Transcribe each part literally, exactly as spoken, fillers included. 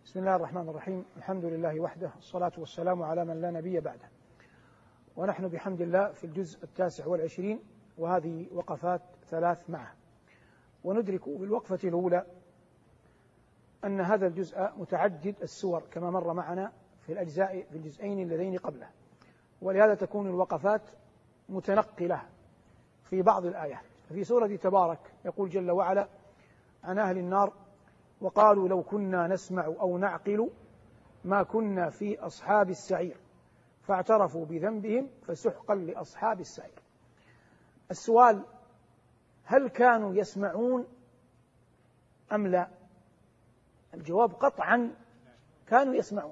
بسم الله الرحمن الرحيم. الحمد لله وحده، الصلاة والسلام على من لا نبي بعده. ونحن بحمد الله في الجزء التاسع والعشرين، وهذه وقفات ثلاث معه. وندرك بالوقفة الأولى أن هذا الجزء متعدد السور كما مر معنا في الأجزاء في الجزئين اللذين قبله، ولهذا تكون الوقفات متنقلة في بعض الآيات. في سورة تبارك يقول جل وعلا عن أهل النار: وقالوا لو كنا نسمع أو نعقل ما كنا في أصحاب السعير فاعترفوا بذنبهم فسحقا لأصحاب السعير. السؤال: هل كانوا يسمعون أم لا؟ الجواب قطعا كانوا يسمعون،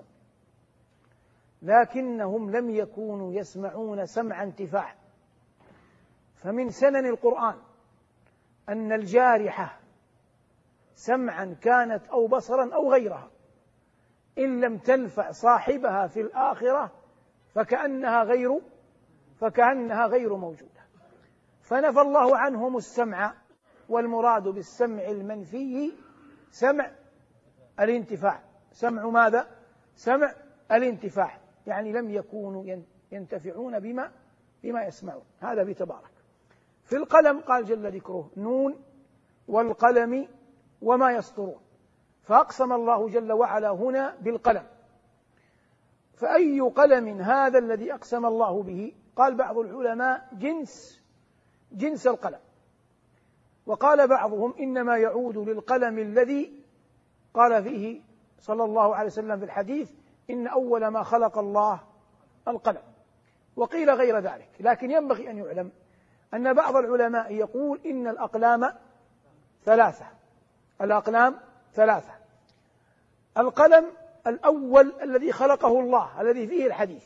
لكنهم لم يكونوا يسمعون سمع انتفاع. فمن سنن القرآن أن الجارحة سمعا كانت أو بصرا أو غيرها إن لم تنفع صاحبها في الآخرة فكأنها غير فكأنها غير موجودة. فنفى الله عنهم السمع، والمراد بالسمع المنفي سمع الانتفاع. سمع ماذا؟ سمع الانتفاع، يعني لم يكونوا ينتفعون بما بما يسمعون. هذا بتبارك. في القلم قال جل ذكره: نون والقلم وما يسطرون. فأقسم الله جل وعلا هنا بالقلم. فأي قلم هذا الذي أقسم الله به؟ قال بعض العلماء جنس جنس القلم، وقال بعضهم إنما يعود للقلم الذي قال فيه صلى الله عليه وسلم في الحديث: إن أول ما خلق الله القلم. وقيل غير ذلك، لكن ينبغي أن يعلم أن بعض العلماء يقول إن الأقلام ثلاثة. الأقلام ثلاثة: القلم الأول الذي خلقه الله الذي فيه الحديث،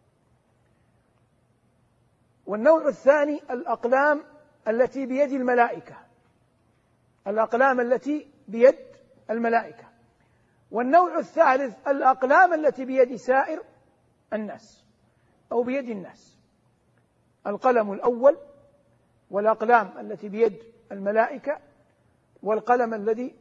والنوع الثاني الأقلام التي بيد الملائكة، الأقلام التي بيد الملائكة، والنوع الثالث الأقلام التي بيد سائر الناس أو بيد الناس. القلم الأول والأقلام التي بيد الملائكة والقلم الذي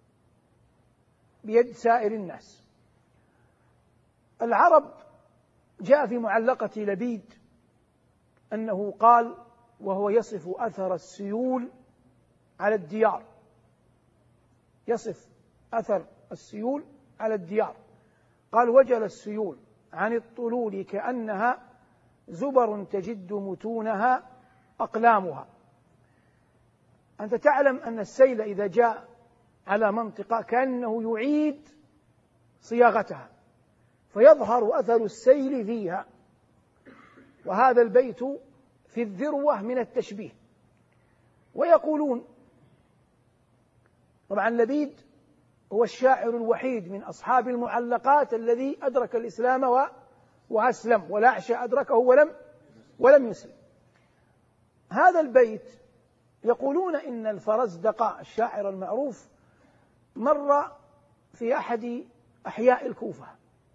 بيد سائر الناس. العرب جاء في معلقة لبيد أنه قال وهو يصف أثر السيول على الديار، يصف أثر السيول على الديار، قال: وجل السيول عن الطلول كأنها زبر تجد متونها أقلامها. أنت تعلم أن السيل إذا جاء على منطقة كأنه يعيد صياغتها، فيظهر أثر السيل فيها. وهذا البيت في الذروة من التشبيه. ويقولون طبعا لبيد هو الشاعر الوحيد من أصحاب المعلقات الذي أدرك الإسلام وأسلم، والأعشى أدركه ولم ولم يسلم. هذا البيت يقولون إن الفرزدق الشاعر المعروف مر في أحد أحياء الكوفة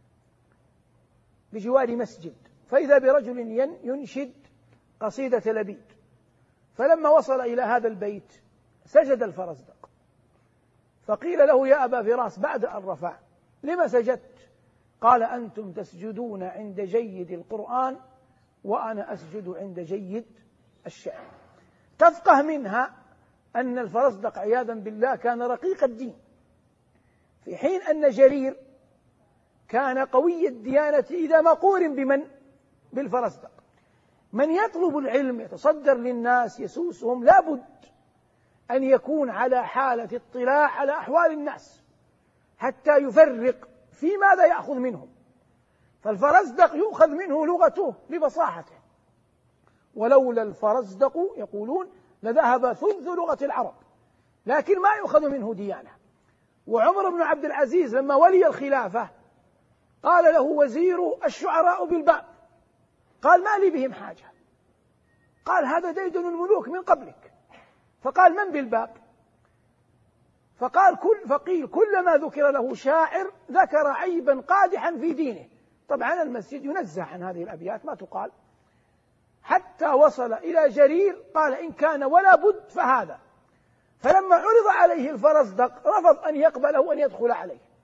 بجوار مسجد، فإذا برجل ينشد قصيدة لبيد، فلما وصل إلى هذا البيت سجد الفرزدق، فقيل له: يا أبا فراس بعد أن رفع لما سجدت؟ قال: أنتم تسجدون عند جيد القرآن وأنا أسجد عند جيد الشعر. تفقه منها أن الفرزدق عياذا بالله كان رقيق الدين، في حين أن جرير كان قوي الديانة إذا ما قورن بمن؟ بالفرزدق. من يطلب العلم يتصدر للناس يسوسهم لابد أن يكون على حالة اطلاع على أحوال الناس حتى يفرق في ماذا يأخذ منهم. فالفرزدق يؤخذ منه لغته لبصاحته، ولولا الفرزدق يقولون لذهب ثلث لغة العرب، لكن ما يؤخذ منه ديانة. وعمر بن عبد العزيز لما ولي الخلافة قال له وزير الشعراء بالباب، قال: ما لي بهم حاجة. قال: هذا ديدن الملوك من قبلك. فقال: من بالباب؟ فقال كل فقيل كلما ذكر له شاعر ذكر عيبا قادحا في دينه. طبعا المسجد ينزه عن هذه الأبيات ما تقال، حتى وصل إلى جرير قال: إن كان ولا بد فهذا. فلما عرض عليه الفرزدق رفض أن يقبله وأن يدخل عليه،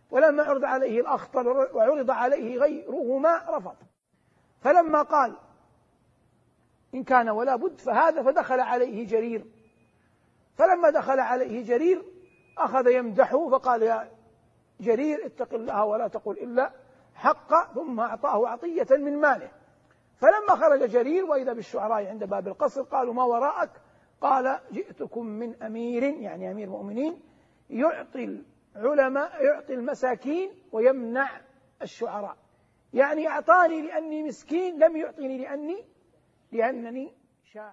ولما عرض عليه الأخطل وعرض عليه غيرهما رفض. فلما قال إن كان ولا بد فهذا، فدخل عليه جرير. فلما دخل عليه جرير أخذ يمدحه فقال يا جرير اتق الله ولا تقل إلا حق، ثم أعطاه عطية من ماله. فلما خرج جرير وإذا بالشعراء عند باب القصر قالوا ما وراءك؟ قال جئتكم من أمير، يعني أمير مؤمنين، يعطي العلماء يعطي المساكين ويمنع الشعراء، يعني أعطاني لأني مسكين، لم يعطيني لأني لأنني شاعر.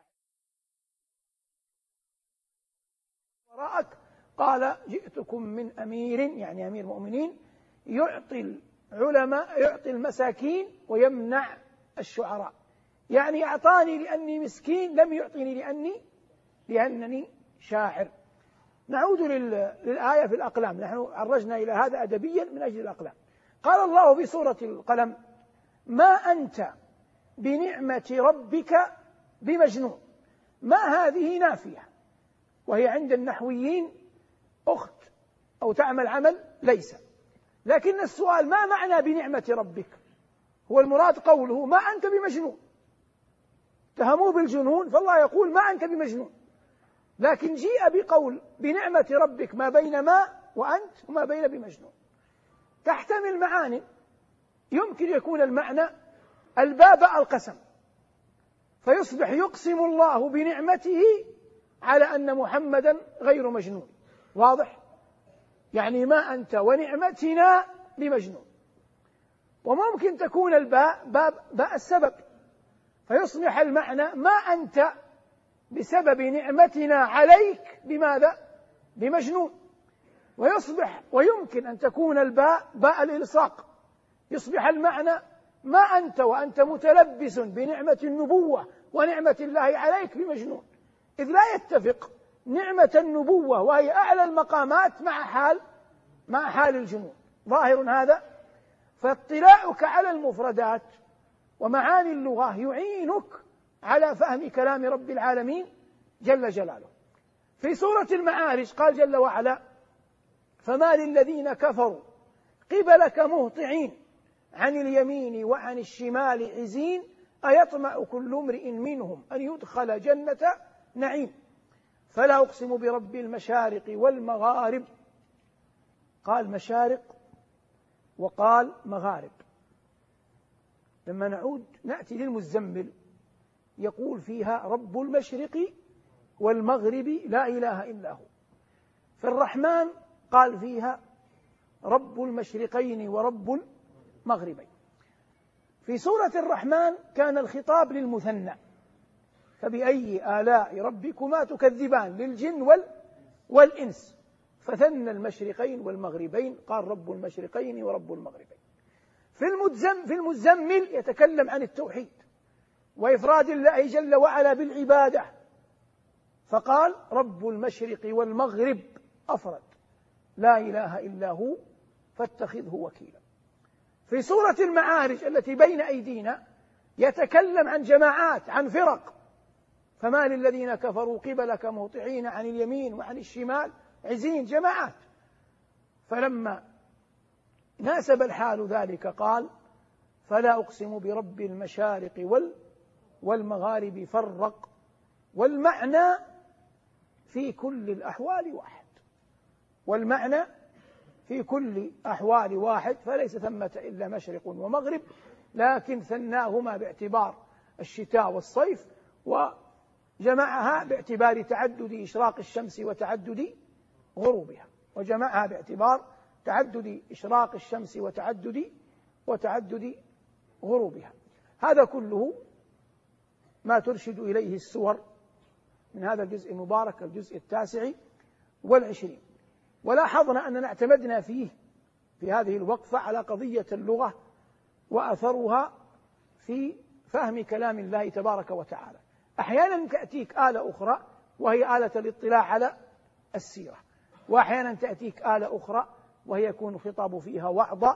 وراءك؟ قال جئتكم من أمير، يعني أمير مؤمنين، يعطي العلماء يعطي المساكين ويمنع الشعراء، يعني أعطاني لأني مسكين، لم يعطيني لأني لأنني شاعر. نعود للآية في الأقلام، نحن عرجنا إلى هذا أدبيا من أجل الأقلام. قال الله في سورة القلم ما أنت بنعمة ربك بمجنون. ما هذه نافية، وهي عند النحويين أخت أو تعمل عمل ليس، لكن السؤال ما معنى بنعمة ربك؟ هو المراد قوله ما أنت بمجنون، اتهموه بالجنون فالله يقول ما أنت بمجنون، لكن جيء بقول بنعمة ربك ما بين ما وأنت وما بين بمجنون، تحتمل معاني. يمكن يكون المعنى الباب القسم، فيصبح يقسم الله بنعمته على أن محمدا غير مجنون، واضح؟ يعني ما أنت ونعمتنا بمجنون. وممكن تكون الباء باب باء السبب، فيصبح المعنى ما أنت بسبب نعمتنا عليك بماذا؟ بمجنون. ويصبح ويمكن أن تكون الباء باء الإلصاق، يصبح المعنى ما أنت وأنت متلبس بنعمة النبوة ونعمة الله عليك بمجنون، إذ لا يتفق نعمة النبوة وهي أعلى المقامات مع حال مع حال الجنون. ظاهر هذا؟ فاطلاعك على المفردات ومعاني اللغة يعينك على فهم كلام رب العالمين جل جلاله. في سورة المعارج قال جل وعلا فما للذين كفروا قبلك مهطعين عن اليمين وعن الشمال عزين أيطمع كل امرئ منهم أن يدخل جنة نعيم فلا أقسم برب المشارق والمغارب. قال مشارق وقال مغارب. لما نعود نأتي للمزمل يقول فيها رب المشرق والمغرب لا إله إلا هو. في الرحمن قال فيها رب المشرقين ورب المغربين. في سورة الرحمن كان الخطاب للمثنى فبأي آلاء ربكما تكذبان للجن وال والإنس، فثنى المشرقين والمغربين قال رب المشرقين ورب المغربين. في المزمل, في المزمل يتكلم عن التوحيد وإفراد الله جل وعلا بالعبادة فقال رب المشرق والمغرب أفرد لا إله إلا هو فاتخذه وكيلا. في سورة المعارج التي بين أيدينا يتكلم عن جماعات عن فرق فما للذين كفروا قبلك مهطعين عن اليمين وعن الشمال عزين، جماعات. فلما ناسب الحال ذلك قال فلا أقسم برب المشارق وال والمغارب فرق، والمعنى في كل الأحوال واحد، والمعنى في كل أحوال واحد، فليس ثمة إلا مشرق ومغرب، لكن ثناهما باعتبار الشتاء والصيف وجمعها باعتبار تعدد إشراق الشمس وتعدد غروبها، وجمعها باعتبار تعدد إشراق الشمس وتعدد وتعدد غروبها. هذا كله ما ترشد إليه السور من هذا الجزء المبارك الجزء التاسع والعشرين. ولاحظنا أننا اعتمدنا فيه في هذه الوقفة على قضية اللغة وأثرها في فهم كلام الله تبارك وتعالى. أحيانا تأتيك آلة أخرى وهي آلة الاطلاع على السيرة، وأحيانا تأتيك آلة أخرى وهي يكون الخطاب فيها وعظا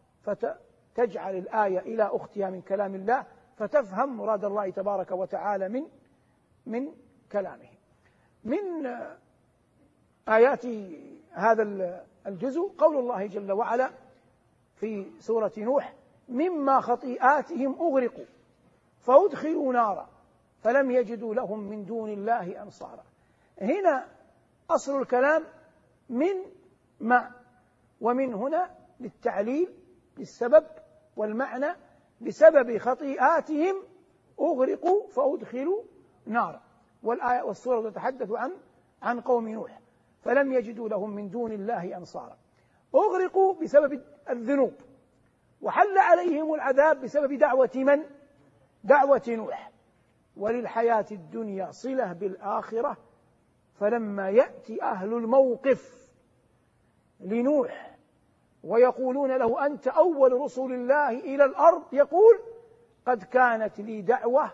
فتجعل الآية إلى أختها من كلام الله فتفهم مراد الله تبارك وتعالى من من كلامه. من آيات هذا الجزء قول الله جل وعلا في سورة نوح: مما خطيئاتهم أغرقوا فأدخلوا نارا فلم يجدوا لهم من دون الله أنصارا. هنا أصل الكلام من ما، ومن هنا للتعليل للسبب والمعنى، بسبب خطيئاتهم أغرقوا فأدخلوا نارا. والآية والسورة تتحدث عن عن قوم نوح، فلم يجدوا لهم من دون الله أنصارا. أغرقوا بسبب الذنوب، وحل عليهم العذاب بسبب دعوة من؟ دعوة نوح. وللحياة الدنيا صلة بالآخرة، فلما يأتي أهل الموقف لنوح ويقولون له: أنت أول رسل الله إلى الأرض، يقول: قد كانت لي دعوة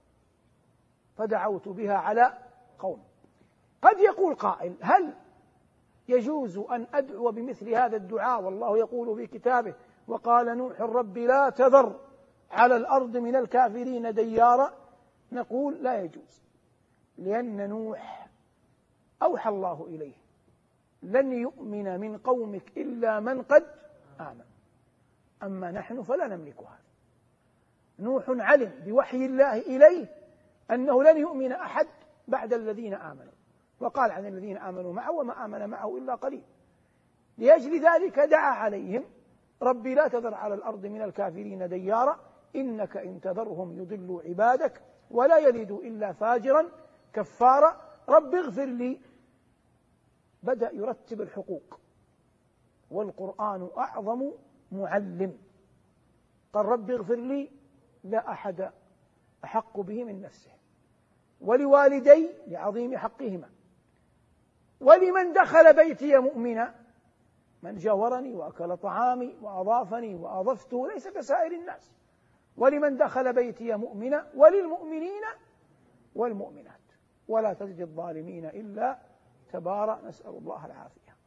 فدعوت بها على قوم. قد يقول قائل: هل يجوز أن أدعو بمثل هذا الدعاء والله يقول في كتابه: وقال نوح رب لا تذر على الأرض من الكافرين ديارا؟ نقول: لا يجوز، لأن نوح أوحى الله إليه: لن يؤمن من قومك إلا من قد آمن. أما نحن فلا نملك هذا. نوح علم بوحي الله إليه أنه لن يؤمن أحد بعد الذين آمنوا، وقال عن الذين آمنوا معه: وما آمن معه إلا قليل. لأجل ذلك دعا عليهم: ربي لا تذر على الأرض من الكافرين ديارا إنك إن تذرهم يضلوا عبادك ولا يلدوا إلا فاجرا كفارا رب اغفر لي. بدأ يرتب الحقوق، والقرآن أعظم معلم. قال: رب اغفر لي لا أحد أحق به من نفسه، ولوالدي لعظيم حقهما، ولمن دخل بيتي مؤمنا، من جاورني وأكل طعامي وأضافني وأضفته ليس كسائر الناس، ولمن دخل بيتي مؤمنا وللمؤمنين والمؤمنات ولا تزد الظالمين إلا تبارا. نسأل الله العافية.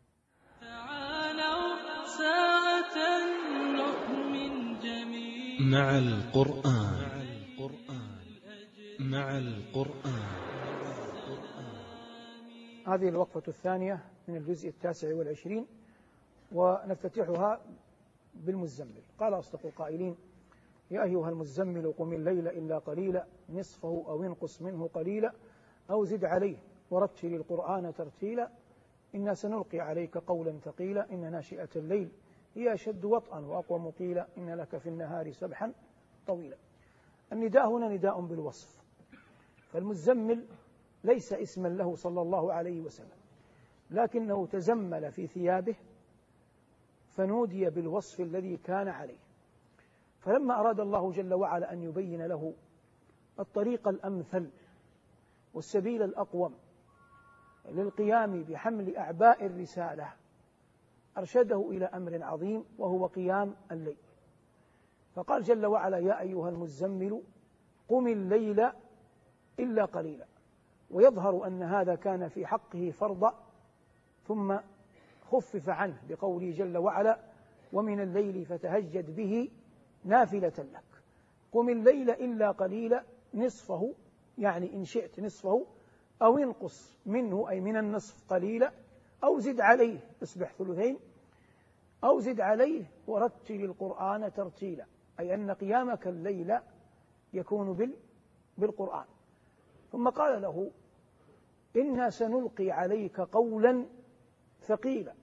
تعالوا ساعة نؤمن جميعا مع القرآن مع القرآن. هذه الوقفة الثانية من الجزء التاسع والعشرين، ونفتتحها بالمزمل. قال أصدق القائلين: يا أيها المزمل قم الليل إلا قليلا نصفه أو انقص منه قليلا أو زد عليه ورتل القرآن ترتيلا إنا سنلقي عليك قولا ثقيلا إن ناشئة الليل هي أشد وطئا وأقوى مقيلا إن لك في النهار سبحا طويلا. النداء هنا نداء بالوصف، فالمزمل ليس اسما له صلى الله عليه وسلم، لكنه تزمل في ثيابه فنودي بالوصف الذي كان عليه. فلما أراد الله جل وعلا أن يبين له الطريق الأمثل والسبيل الأقوم للقيام بحمل أعباء الرسالة، أرشده إلى أمر عظيم وهو قيام الليل. فقال جل وعلا: يا أيها المزمل قم الليل إلا قليلا. ويظهر أن هذا كان في حقه فرضا، ثم خفف عنه بقوله جل وعلا: ومن الليل فتهجد به نافلة لك. قم الليل إلا قليلا، نصفه يعني إن شئت نصفه، أو انقص منه أي من النصف قليلا، أو زد عليه اصبح ثلثين، أو زد عليه ورتل القرآن ترتيلا، أي أن قيامك الليل يكون بالقرآن. ثم قال له: إنا سنلقي عليك قولا ثقيلا،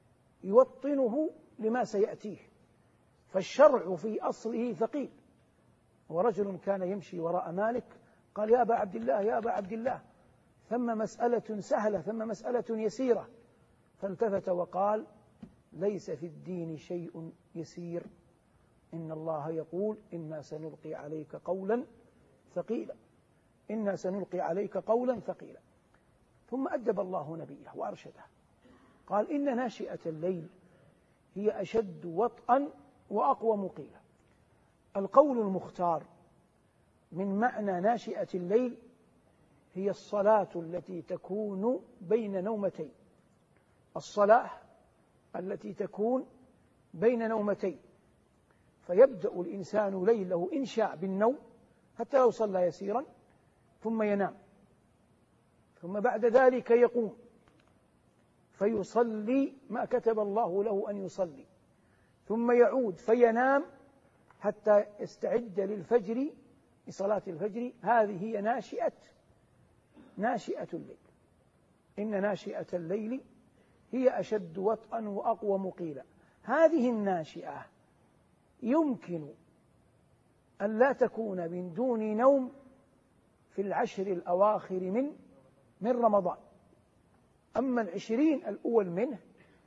يوطنه لما سيأتيه. فالشرع في أصله ثقيل. ورجل كان يمشي وراء مالك قال: يا أبا عبد الله يا أبا عبد الله، ثم مسألة سهلة ثم مسألة يسيرة. فالتفت وقال: ليس في الدين شيء يسير، إن الله يقول: إنا سنلقي عليك قولا ثقيلا، إنا سنلقي عليك قولا ثقيلا. ثم أدب الله نبيه وأرشده، قال: إن ناشئة الليل هي أشد وطئا وأقوى مقيلا. القول المختار من معنى ناشئة الليل هي الصلاة التي تكون بين نومتين، الصلاة التي تكون بين نومتين. فيبدأ الإنسان ليله إن شاء بالنوم حتى لو صلى يسيرا، ثم ينام، ثم بعد ذلك يقوم فيصلي ما كتب الله له أن يصلي، ثم يعود فينام حتى يستعد للفجر لصلاة الفجر. هذه هي ناشئة ناشئة الليل. إن ناشئة الليل هي أشد وطئا وأقوم قيلا. هذه الناشئة يمكن أن لا تكون من دون نوم في العشر الأواخر من من رمضان، أما العشرين الأول منه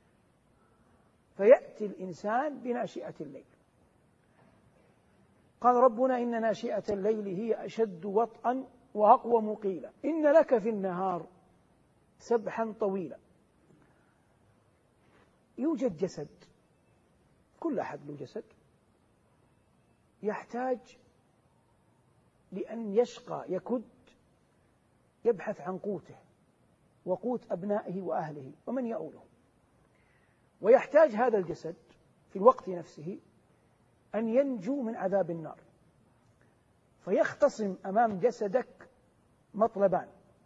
فيأتي الإنسان بناشئة الليل. قال ربنا إن ناشئة الليل هي أشد وطئا وأقوم قيلا إن لك في النهار سبحا طويلا. يوجد جسد، كل أحد له جسد، يحتاج لأن يشقى يكد يبحث عن قوته وقوت أبنائه وأهله ومن يؤوله، ويحتاج هذا الجسد في الوقت نفسه أن ينجو من عذاب النار، فيختصم أمام جسدك مطلبان: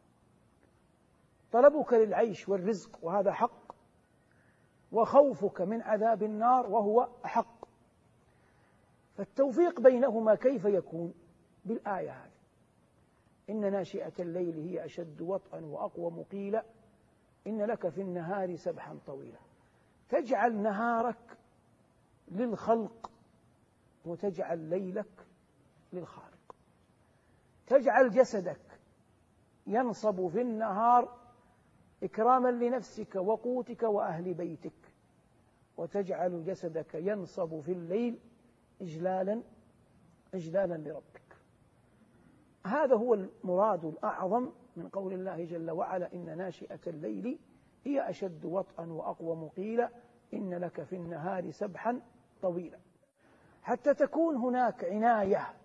طلبك للعيش والرزق وهذا حق، وخوفك من عذاب النار وهو أحق. فالتوفيق بينهما كيف يكون؟ بالآية هذه: إن ناشئة الليل هي أشد وطئا وأقوم قيلا إن لك في النهار سبحا طويلا. تجعل نهارك للخلق وتجعل ليلك للخالق. تجعل جسدك ينصب في النهار إكراما لنفسك وقوتك وأهل بيتك، وتجعل جسدك ينصب في الليل إجلالا إجلالا لربك. هذا هو المراد الأعظم من قول الله جل وعلا: إن ناشئة الليل هي أشد وطئا وأقوم قيلا إن لك في النهار سبحا طويلا. حتى تكون هناك عناية،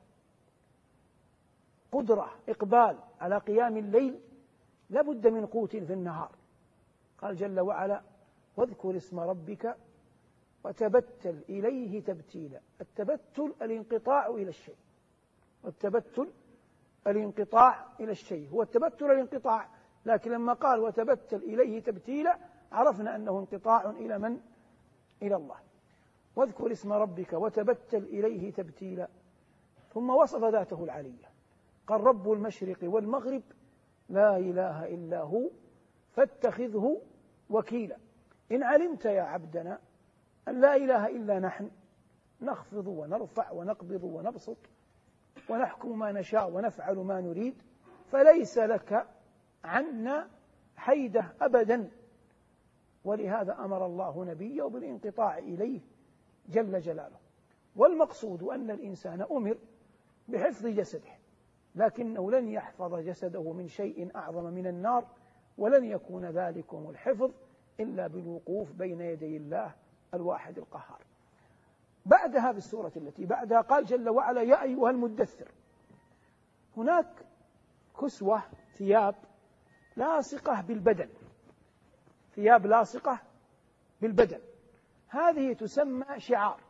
قدرة، إقبال على قيام الليل، لابد من قوت في النهار. قال جل وعلا: واذكر اسم ربك وتبتل إليه تبتيلا. التبتل الانقطاع إلى الشيء، والتبتل الانقطاع إلى الشيء، هو التبتل الانقطاع، لكن لما قال وتبتل إليه تبتيلا عرفنا أنه انقطاع إلى من؟ إلى الله. واذكر اسم ربك وتبتل إليه تبتيلا. ثم وصف ذاته العلية، قال: رب المشرق والمغرب لا إله إلا هو فاتخذه وكيلا. إن علمت يا عبدنا أن لا إله إلا نحن نخفض ونرفع ونقبض ونبسط ونحكم ما نشاء ونفعل ما نريد، فليس لك عنا حيدة أبدا. ولهذا أمر الله نبيه بالانقطاع إليه جل جلاله. والمقصود أن الإنسان أمر بحفظ جسده، لكنه لن يحفظ جسده من شيء أعظم من النار، ولن يكون ذلكم الحفظ إلا بالوقوف بين يدي الله الواحد القهار. بعدها في السورة التي بعدها قال جل وعلا: يا أيها المدثر. هناك كسوة، ثياب لاصقة بالبدن، ثياب لاصقة بالبدن، هذه تسمى شعار.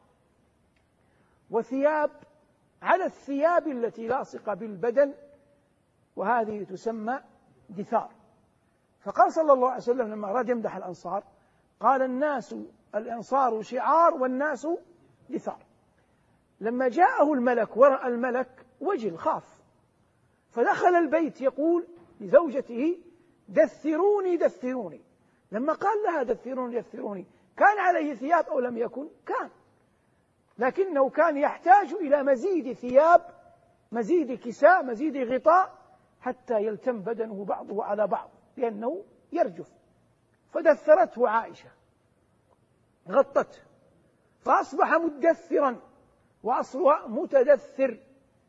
وثياب على الثياب التي لاصقة بالبدن، وهذه تسمى دثار. فقال صلى الله عليه وسلم لما أراد يمدح الأنصار قال: الناس الأنصار شعار والناس دثار. لما جاءه الملك ورأى الملك وجل، خاف، فدخل البيت يقول لزوجته: دثروني دثروني. لما قال لها دثروني دثروني كان عليه ثياب أو لم يكن؟ كان، لكنه كان يحتاج إلى مزيد ثياب، مزيد كساء، مزيد غطاء، حتى يلتم بدنه بعضه على بعض لأنه يرجف. فدثرته عائشة، غطته، فأصبح مدثرا، وأصلها متدثر،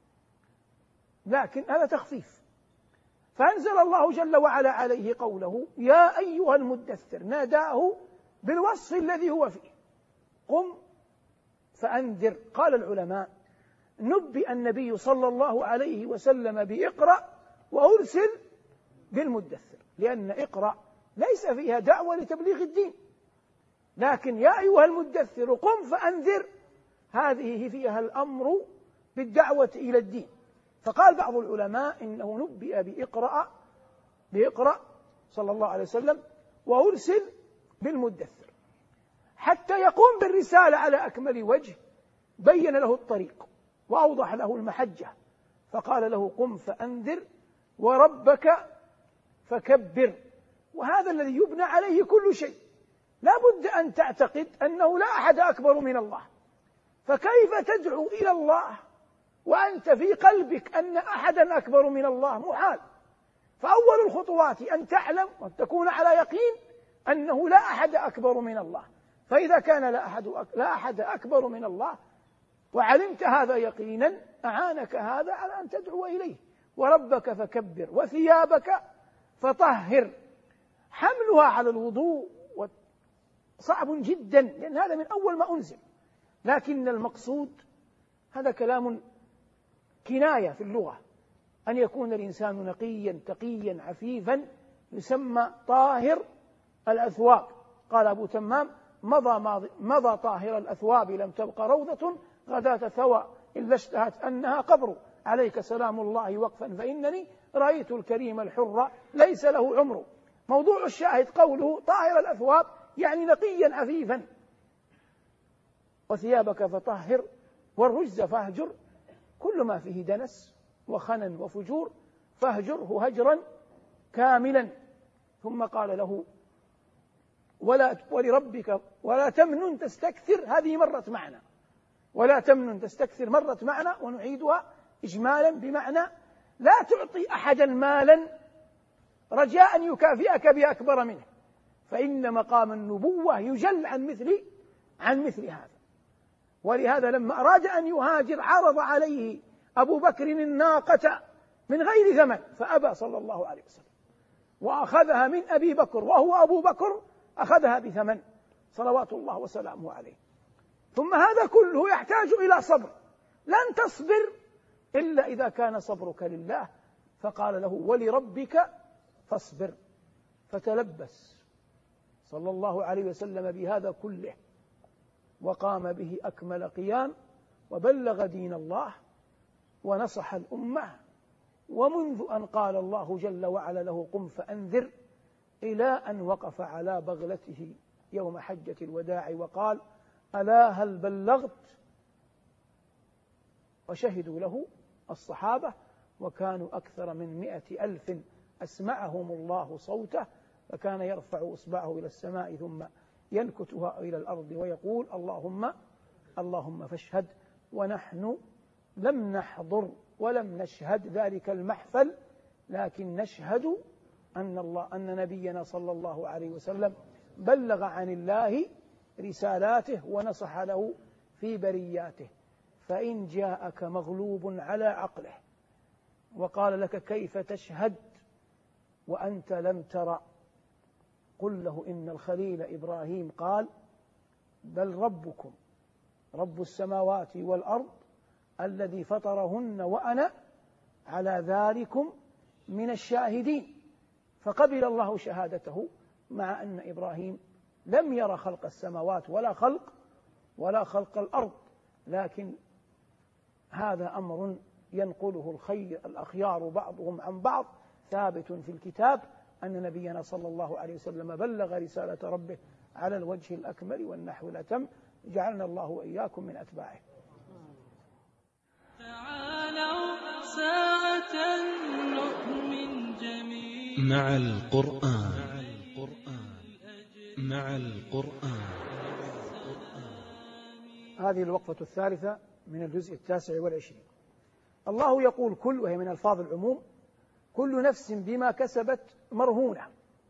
لكن هذا تخفيف. فأنزل الله جل وعلا عليه قوله: يا أيها المدثر، ناداه بالوصف الذي هو فيه: قم فأنذر. قال العلماء: نبئ النبي صلى الله عليه وسلم بإقرأ وأرسل بالمدثر، لأن إقرأ ليس فيها دعوة لتبليغ الدين، لكن يا أيها المدثر قم فأنذر هذه فيها الأمر بالدعوة إلى الدين. فقال بعض العلماء إنه نبئ بإقرأ بإقرأ صلى الله عليه وسلم وأرسل بالمدثر حتى يقوم بالرسالة على أكمل وجه. بين له الطريق وأوضح له المحجة، فقال له قم فأنذر وربك فكبر. وهذا الذي يبنى عليه كل شيء. لا بد أن تعتقد أنه لا أحد أكبر من الله، فكيف تدعو إلى الله وأنت في قلبك أن أحدا أكبر من الله؟ محال. فأول الخطوات أن تعلم وأن تكون على يقين أنه لا أحد أكبر من الله. فإذا كان لا أحد, لا أحد أكبر من الله وعلمت هذا يقينا، أعانك هذا على أن تدعو إليه. وربك فكبر وثيابك فطهر. حملها على الوضوء صعب جدا، لأن هذا من أول ما أنزل، لكن المقصود هذا كلام كناية في اللغة، أن يكون الإنسان نقيا تقيا عفيفا يسمى طاهر الأثواب. قال أبو تمام مضى, مضى طاهر الأثواب لم تبق روضة غداة ثوى إلا اشتهت أنها قبر، عليك سلام الله وقفا فإنني رأيت الكريم الحر ليس له عمر. موضوع الشاهد قوله طاهر الأثواب يعني نقيا عفيفا. وثيابك فطهر والرجز فاهجر، كل ما فيه دنس وخنن وفجور فاهجره هجرا كاملا. ثم قال له ولا ولربك ولا تمنن تستكثر، هذه مرت معنا، ولا تمنن تستكثر مرت معنا ونعيدها إجمالا بمعنى لا تعطي أحدا مالا رجاء أن يكافئك بأكبر منه، فإن مقام النبوة يجل عن مثل عن مثل هذا. ولهذا لما أراد أن يهاجر عرض عليه أبو بكر الناقة من غير ثمن فأبى صلى الله عليه وسلم، وأخذها من أبي بكر وهو أبو بكر أخذها بثمن صلوات الله وسلامه عليه. ثم هذا كله يحتاج إلى صبر، لن تصبر إلا إذا كان صبرك لله. فقال له ولربك فاصبر. فتلبس صلى الله عليه وسلم بهذا كله وقام به أكمل قيام وبلغ دين الله ونصح الأمة. ومنذ أن قال الله جل وعلا له قم فأنذر إلى أن وقف على بغلته يوم حجة الوداع وقال ألا هل بلغت؟ وشهدوا له الصحابة وكانوا أكثر من مئة ألف أسمعهم الله صوته، فكان يرفع إصبعه إلى السماء ثم ينكتها إلى الأرض ويقول اللهم اللهم فاشهد. ونحن لم نحضر ولم نشهد ذلك المحفل، لكن نشهد أن الله أن نبينا صلى الله عليه وسلم بلغ عن الله رسالاته ونصح له في برياته. فإن جاءك مغلوب على عقله وقال لك كيف تشهد وأنت لم ترى، قل له إن الخليل إبراهيم قال بل ربكم رب السماوات والأرض الذي فطرهن وأنا على ذلكم من الشاهدين. فقبل الله شهادته مع أن إبراهيم لم ير خلق السماوات ولا خلق ولا خلق الأرض، لكن هذا أمر ينقله الخير الأخيار بعضهم عن بعض، ثابت في الكتاب أن نبينا صلى الله عليه وسلم بلغ رسالة ربه على الوجه الأكمل والنحو الأتم. جعلنا الله وإياكم من أتباعه. تعالوا ساعة نؤمن جميعا مع القرآن مع القرآن. هذه الوقفة الثالثة من الجزء التاسع والعشرين. الله يقول كل، وهي من ألفاظ العموم، كل نفس بما كسبت مرهونة،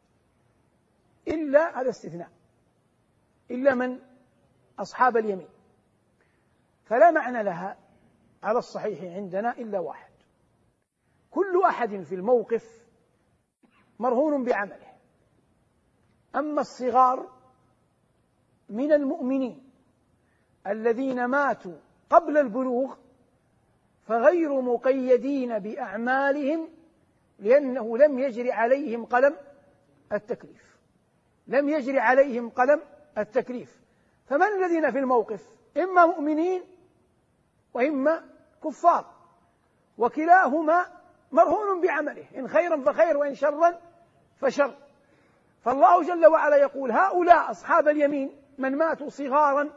إلا هذا استثناء، إلا من أصحاب اليمين، فلا معنى لها على الصحيح عندنا إلا واحد. كل أحد في الموقف مرهون بعمله. أما الصغار من المؤمنين الذين ماتوا قبل البلوغ فغير مقيدين بأعمالهم، لأنه لم يجري عليهم قلم التكليف لم يجري عليهم قلم التكليف فمن الذين في الموقف؟ إما مؤمنين وإما كفار، وكلاهما مرهون بعمله، إن خيرا فخير وإن شرا فشر. فالله جل وعلا يقول هؤلاء أصحاب اليمين من ماتوا صغارا،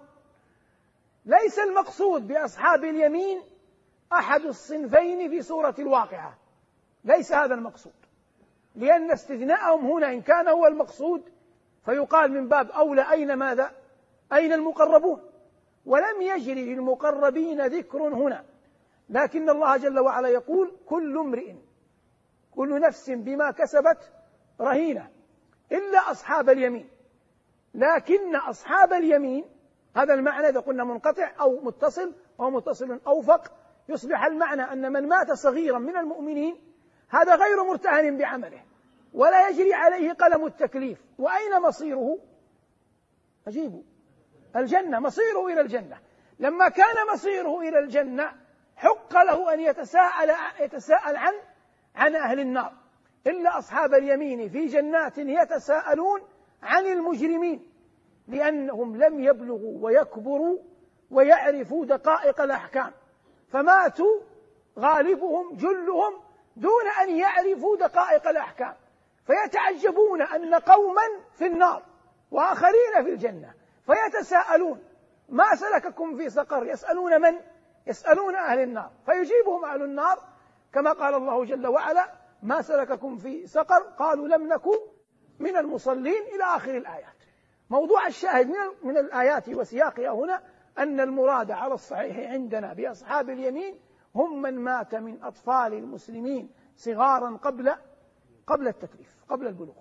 ليس المقصود بأصحاب اليمين أحد الصنفين في سورة الواقعة، ليس هذا المقصود، لأن استثناءهم هنا إن كان هو المقصود فيقال من باب أولى أين ماذا؟ أين المقربون؟ ولم يجري للمقربين ذكر هنا، لكن الله جل وعلا يقول كل امرئ كل نفس بما كسبت رهينة إلا أصحاب اليمين. لكن أصحاب اليمين هذا المعنى إذا قلنا منقطع أو متصل أو متصل أوفق، يصبح المعنى أن من مات صغيرا من المؤمنين هذا غير مرتهن بعمله ولا يجري عليه قلم التكليف. وأين مصيره؟ أجيبوا، الجنة، مصيره إلى الجنة. لما كان مصيره إلى الجنة حق له أن يتساءل, يتساءل عن عن أهل النار. إلا أصحاب اليمين في جنات يتساءلون عن المجرمين، لأنهم لم يبلغوا ويكبروا ويعرفوا دقائق الأحكام، فماتوا غالبهم جلهم دون أن يعرفوا دقائق الأحكام، فيتعجبون أن قوما في النار وآخرين في الجنة، فيتساءلون ما سلككم في سقر؟ يسألون من؟ يسألون أهل النار، فيجيبهم أهل النار كما قال الله جل وعلا ما سلككم في سقر؟ قالوا لم نكن من المصلين إلى آخر الآيات. موضوع الشاهد من الآيات وسياقها هنا أن المراد على الصحيح عندنا بأصحاب اليمين هم من مات من أطفال المسلمين صغارا قبل قبل التكليف، قبل البلوغ.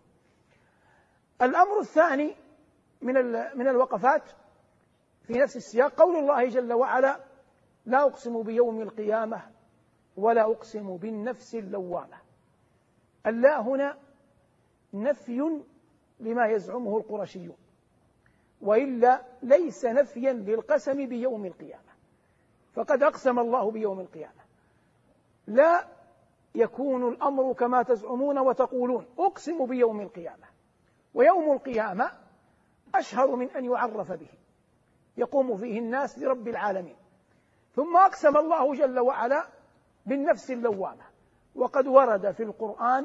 الأمر الثاني من من الوقفات في نفس السياق قول الله جل وعلا لا أقسم بيوم القيامة ولا أقسم بالنفس اللوامة. اللا هنا نفي لما يزعمه القرشيون، وإلا ليس نفيا للقسم بيوم القيامة، فقد أقسم الله بيوم القيامة. لا يكون الأمر كما تزعمون وتقولون أقسم بيوم القيامة، ويوم القيامة أشهر من أن يعرف به، يقوم فيه الناس لرب العالمين. ثم أقسم الله جل وعلا بالنفس اللوامة، وقد ورد في القرآن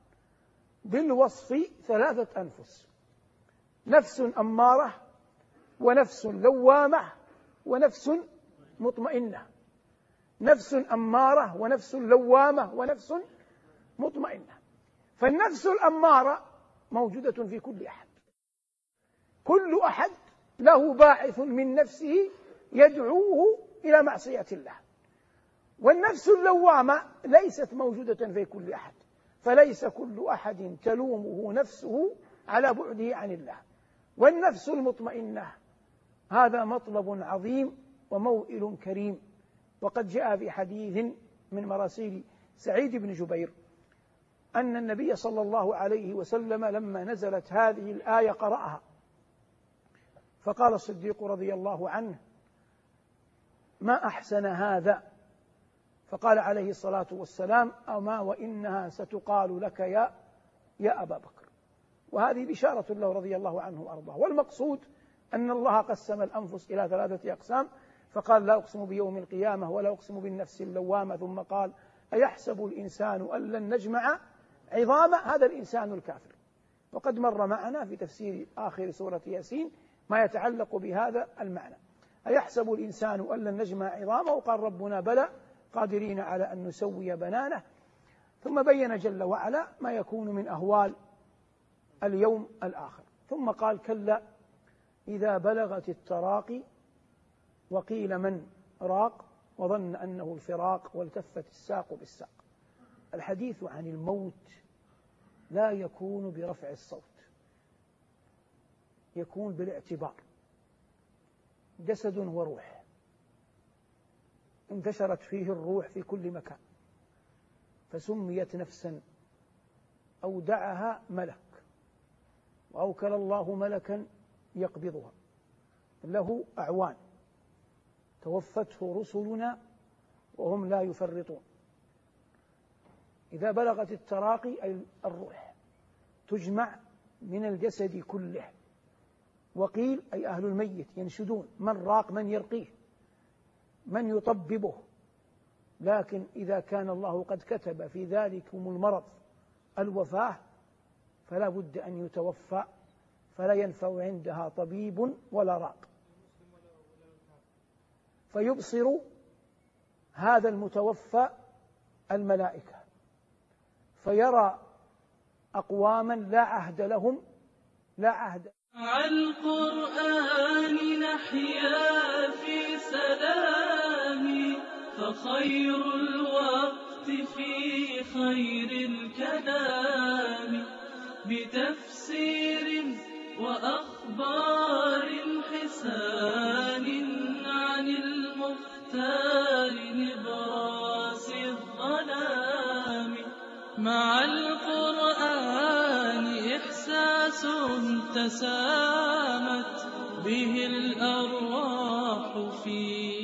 بالوصف ثلاثة أنفس: نفس أمارة، ونفس لوامة، ونفس مطمئنة. نفس أمارة ونفس لوامة ونفس مطمئنة. فالنفس الأمارة موجودة في كل أحد، كل أحد له باعث من نفسه يدعوه إلى معصية الله. والنفس اللوامة ليست موجودة في كل أحد، فليس كل أحد تلومه نفسه على بعده عن الله. والنفس المطمئنة هذا مطلب عظيم وموئل كريم، وقد جاء في حديث من مراسيل سعيد بن جبير أن النبي صلى الله عليه وسلم لما نزلت هذه الآية قرأها، فقال الصديق رضي الله عنه ما أحسن هذا، فقال عليه الصلاة والسلام أما وإنها ستقال لك يا يا أبا بكر. وهذه بشارة له رضي الله عنه وأرضاه. والمقصود أن الله قسم الأنفس إلى ثلاثة أقسام، فقال لا أقسم بيوم القيامة ولا أقسم بالنفس اللوامة، ثم قال أيحسب الإنسان أن لن نجمع عظامه؟ هذا الإنسان الكافر. وقد مر معنا في تفسير آخر سورة ياسين ما يتعلق بهذا المعنى. أيحسب الإنسان أن لن نجمع عظامه؟ وقال ربنا بلى قادرين على أن نسوي بنانه. ثم بين جل وعلا ما يكون من أهوال اليوم الآخر، ثم قال كلا إذا بلغت التراقي وقيل من راق وظن أنه الفراق والتفت الساق بالساق. الحديث عن الموت لا يكون برفع الصوت، يكون بالاعتبار. جسد وروح، انتشرت فيه الروح في كل مكان فسميت نفسا، أودعها ملك وأوكل الله ملكا يقبضها له أعوان، توفته رسلنا وهم لا يفرطون. إذا بلغت التراقي أي الروح تجمع من الجسد كله. وقيل أي أهل الميت ينشدون من راق، من يرقيه، من يطببه. لكن إذا كان الله قد كتب في ذلكم المرض الوفاة فلا بد أن يتوفى، فلا ينفع عندها طبيب ولا راق، فيبصر هذا المتوفى الملائكة، فيرى أقواما لا عهد لهم لا عهد. مع القرآن نحيا في سلام، فخير الوقت في خير الكلام، بتفسير وأخبار حسان عن المختار نبراس الظلام. مع القرآن إحساس تسامت به الأرواح في